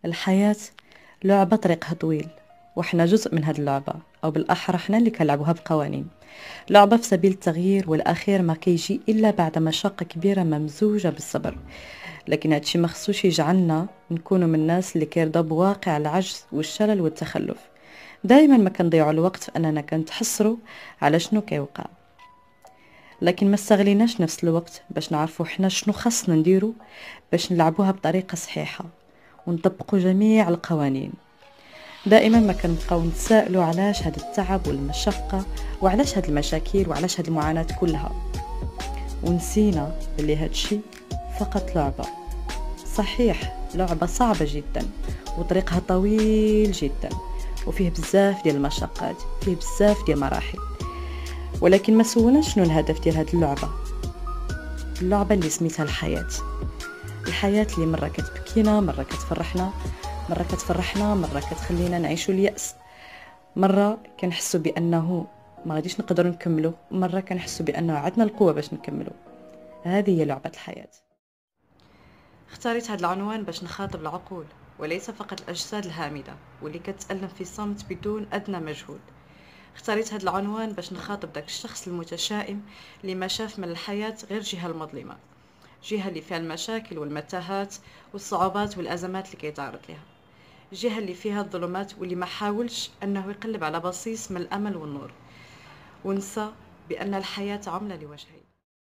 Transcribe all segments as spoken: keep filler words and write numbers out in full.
الحياة لعبة طريقها طويل، وإحنا جزء من هذه اللعبة، أو بالأحرى إحنا اللي كنلعبوها بقوانين. لعبة في سبيل التغيير، والأخير ما كيجي إلا بعد مشقة كبيرة ممزوجة بالصبر. لكن هادشي ما خصوش يجعلنا نكونوا من الناس اللي كيرضى بواقع العجز والشلل والتخلف. دائما ما كنضيعوا الوقت في أننا كنتحسروا على شنو كيوقع، لكن ما استغليناش نفس الوقت باش نعرفوا حنا شنو خصنا نديرو باش نلعبوها بطريقة صحيحة ونطبقوا جميع القوانين. دائما ما كنبقاو نتسائلوا علاش هاد التعب والمشقة، وعلاش هاد المشاكل، وعلاش هاد المعاناة كلها، ونسينا بلي هادشي فقط لعبة. صحيح لعبة صعبة جدا، وطريقها طويل جدا، وفيه بزاف ديال المشقات، فيه بزاف ديال المراحل، ولكن ما سولناش شنو الهدف ديال هاد اللعبة. اللعبة اللي سميتها الحياة. الحياة اللي مرة كتبكينا، مرة كتفرحنا، مرة كتفرحنا، مرة كتخلينا نعيشو اليأس، مرة كنحسو بأنه ما غاديش نقدر نكملو، مرة كنحسو بأنه عندنا القوة باش نكملو. هذه هي لعبة الحياة. اختاريت هذا العنوان باش نخاطب العقول، وليس فقط الأجساد الهامدة واللي كتألم في صمت بدون أدنى مجهود. اختاريت هذا العنوان باش نخاطب داك الشخص المتشائم اللي ما شاف من الحياة غير جهة المظلمة، جهة اللي فيها المشاكل والمتاهات والصعوبات والأزمات اللي كيتعرض لها، جهة اللي فيها الظلمات واللي ما حاولش أنه يقلب على بصيص من الأمل والنور، ونسى بأن الحياة عملة لوجهين.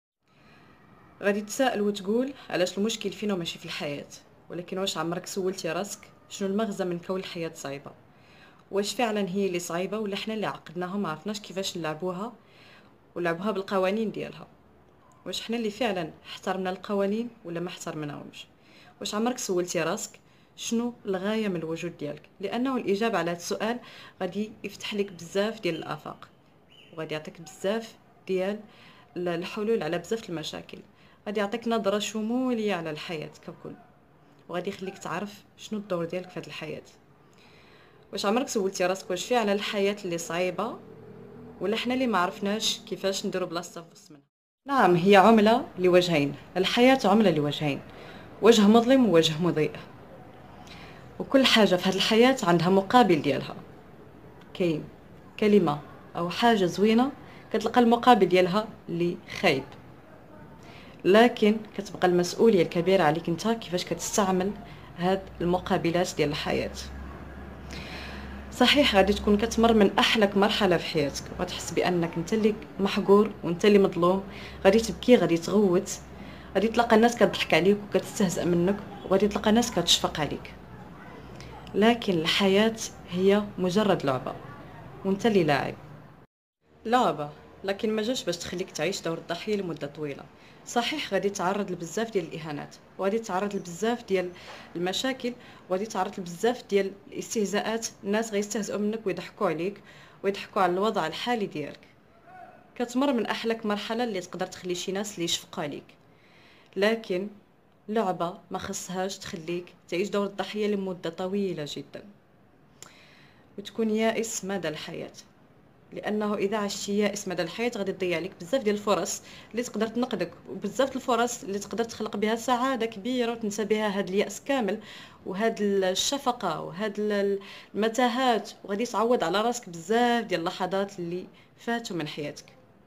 غادي تسائل وتقول علاش المشكل فينا وماشي في الحياة، ولكن واش عمرك سولتي راسك شنو المغزى من كون الحياة صعيبة؟ واش فعلا هي اللي صعيبة، ولا حنا اللي عقدناها ما عرفناش كيفاش نلعبوها ولعبوها بالقوانين ديالها؟ واش حنا اللي فعلا احترمنا القوانين ولا ما احترمناهمش؟ واش عمرك سولتي راسك شنو الغاية من الوجود ديالك؟ لأنه الإجابة على هذا السؤال غادي يفتح لك بزاف ديال الآفاق، وغادي يعطيك بزاف ديال الحلول على بزاف المشاكل، غادي يعطيك نظرة شمولية على الحياة ككل، وغادي يخليك تعرف شنو الدور ديالك في هذه الحياة. واش عمرك سولتي راسك واش فعلا الحياة اللي صعيبة، ولا حنا اللي ما عرفناش كيفاش نديرو بلاصتها في وسط منها؟ نعم، هي عملة لوجهين. الحياة عملة لوجهين، وجه مظلم ووجه مضيء، وكل حاجة في هذه الحياة عندها مقابل ديالها. كاين كلمة أو حاجة زوينة كتلقى المقابل ديالها اللي خايب، لكن كتبقى المسؤولية الكبيرة عليك انت كيفاش كتستعمل هاد المقابلات ديال الحياة. صحيح غادي تكون كتمر من احلك مرحله في حياتك، وغتحس بانك انت اللي محقور وانت اللي مظلوم، غادي تبكي، غادي تغوت، غادي تلقى الناس كتضحك عليك وكتستهزأ منك، وغادي تلقى ناس كتشفق عليك. لكن الحياه هي مجرد لعبه، وانت اللي لاعب لعبه، لكن ما جاش باش تخليك تعيش دور الضحيه لمده طويله. صحيح غادي تعرض لبزاف ديال الاهانات، وغادي تعرض لبزاف ديال المشاكل، وغادي تعرض لبزاف ديال الاستهزاءات، الناس غيستهزئوا منك ويضحكوا عليك ويضحكوا على الوضع الحالي ديالك. كتمر من احلك مرحله اللي تقدر تخلي شي ناس اللي يشفقوا عليك، لكن لعبه ما خصهاش تخليك تعيش دور الضحيه لمده طويله جدا وتكون يائس مدى الحياه. لانه اذا عشتي يائس مدى الحياه غادي تضيع عليك بزاف ديال الفرص اللي تقدر تنقذك، وبزاف الفرص اللي تقدر تخلق بها سعاده كبيره وتنسى بها هاد الياس كامل وهاد الشفقه وهاد المتاهات، وغادي تعوض على راسك بزاف ديال اللحظات اللي فاتوا من حياتك.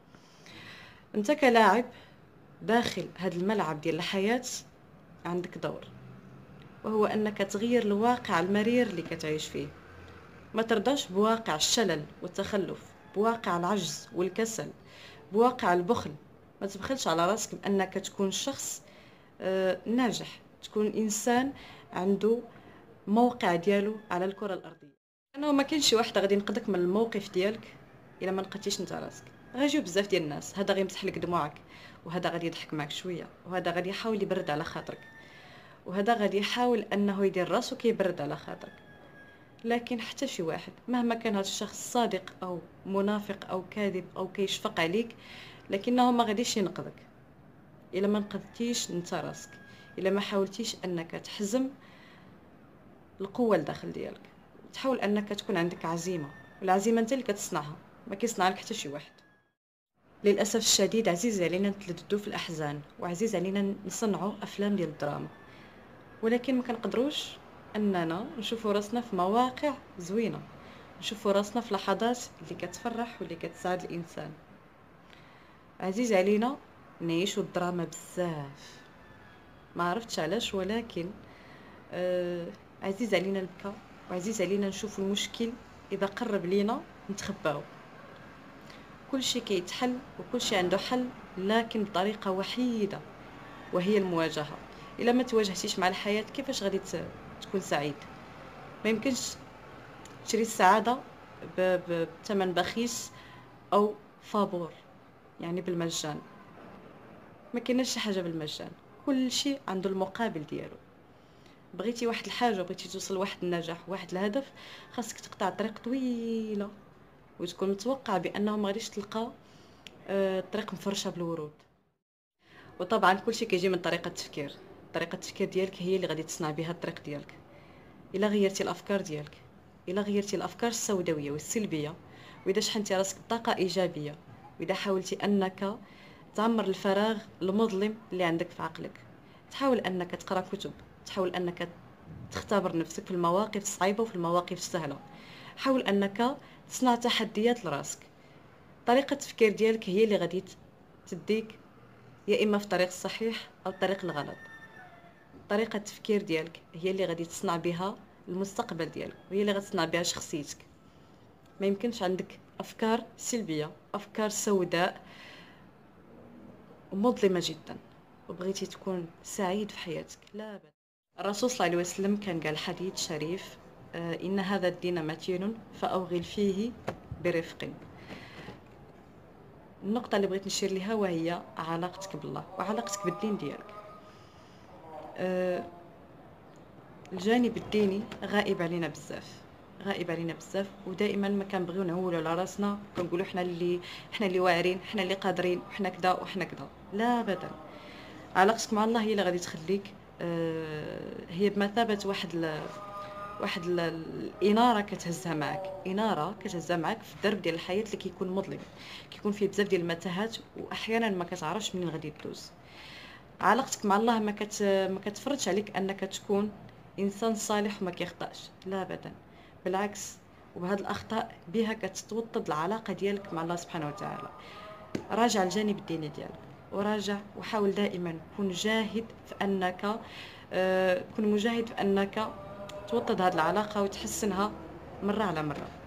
انت كلاعب داخل هاد الملعب ديال الحياه عندك دور، وهو انك تغير الواقع المرير اللي كتعيش فيه. ما ترضاش بواقع الشلل والتخلف، بواقع العجز والكسل، بواقع البخل. ما تبخلش على راسك بأنك تكون شخص آه، ناجح، تكون إنسان عنده موقع ديالو على الكرة الأرضية. أنه ما كاينش شي واحد غادي ينقذك من الموقف ديالك إلا ما نقدتيش انت راسك. غيجيو بزاف ديال الناس، هذا غيمسح لك دموعك، وهذا غادي يضحك معك شويه، وهذا غادي يحاول يبرد على خاطرك، وهذا غادي يحاول انه يدير راسو كيبرد على خاطرك. لكن حتى شي واحد مهما كان هذا الشخص صادق او منافق او كاذب او كيشفق عليك، لكنه ما غاديش ينقذك الا ما نقذتيش انت راسك، الا ما حاولتيش انك تحزم القوه لداخل ديالك، تحاول انك تكون عندك عزيمه، والعزيمه انت اللي كتصنعها، ما كيصنع لك حتى شي واحد. للاسف الشديد عزيز علينا نتلذذوا في الاحزان، وعزيز علينا نصنعوا افلام ديال الدراما، ولكن ما كنقدروش اننا نشوفوا راسنا في مواقع زوينه، نشوفوا راسنا في لحظات اللي كتفرح واللي كتساعد الانسان. عزيز علينا نعيشوا الدراما بزاف، ما عرفتش علاش، ولكن آه عزيز علينا نبكى، وعزيز علينا نشوف المشكل اذا قرب لينا نتخباو. كل شيء كيتحل وكل شيء عنده حل، لكن بطريقه وحيده، وهي المواجهه. الا ما تواجهتيش مع الحياه كيفاش غادي ت- تكون سعيد؟ ما يمكنش تشري السعاده ب- ب- بثمن بخيس او فابور، يعني بالمجان. ما كايناش شي حاجه بالمجان، كل شيء عنده المقابل ديالو. بغيتي واحد الحاجه، بغيتي توصل لواحد النجاح، واحد الهدف، خاصك تقطع طريق طويله، وتكون متوقع بانه ما غاديش تلقى آه، الطريق مفرشه بالورود. وطبعا كل شيء كيجي من طريقه التفكير. طريقه التفكير ديالك هي اللي غادي تصنع بها الطريق ديالك. الا غيرتي الافكار ديالك، الا غيرتي الافكار السوداويه والسلبيه، واذا شحنتي راسك بطاقه ايجابيه، واذا حاولتي انك تعمر الفراغ المظلم اللي عندك في عقلك، تحاول انك تقرا كتب، تحاول انك تختبر نفسك في المواقف الصعيبه وفي المواقف السهله، حاول انك تصنع تحديات لراسك. طريقه التفكير ديالك هي اللي غادي تديك يا اما في الطريق الصحيح او الطريق الغلط. طريقه التفكير ديالك هي اللي غادي تصنع بها المستقبل ديالك، وهي اللي غتصنع بها شخصيتك. ما يمكنش عندك افكار سلبيه، افكار سوداء ومظلمه جدا، وبغيتي تكون سعيد في حياتك، لا أبدا. الرسول صلى الله عليه وسلم كان قال حديث شريف: آه، إن هذا الدين متين فأوغل فيه برفق. النقطة اللي بغيت نشير لها وهي علاقتك بالله وعلاقتك بالدين ديالك. آه، الجانب الديني غائب علينا بزاف، غائب علينا بزاف، ودائما ما كنبغيو نعولوا على راسنا، كنقولوا حنا اللي حنا اللي واعرين، حنا اللي قادرين، وحنا كذا وحنا كذا. لا ابدا. علاقتك مع الله هي اللي غادي تخليك آه، هي بمثابه واحد ال... واحد ال- الاناره كتهزها معك، اناره كتهزها معك في الدرب ديال الحياه اللي كيكون مظلم، كيكون فيه بزاف ديال المتاهات، واحيانا ما كتعرفش منين غادي تدوز. علاقتك مع الله ما كت ما كتفرضش عليك انك تكون انسان صالح وما كيخطاش، لا ابدا، بالعكس. وبهاد الاخطاء بها كتتوطد العلاقه ديالك مع الله سبحانه وتعالى. راجع الجانب الديني ديالك، وراجع وحاول دائما كن جاهد في انك آه، كن مجاهد في انك توطد هذه العلاقه وتحسنها مره على مره.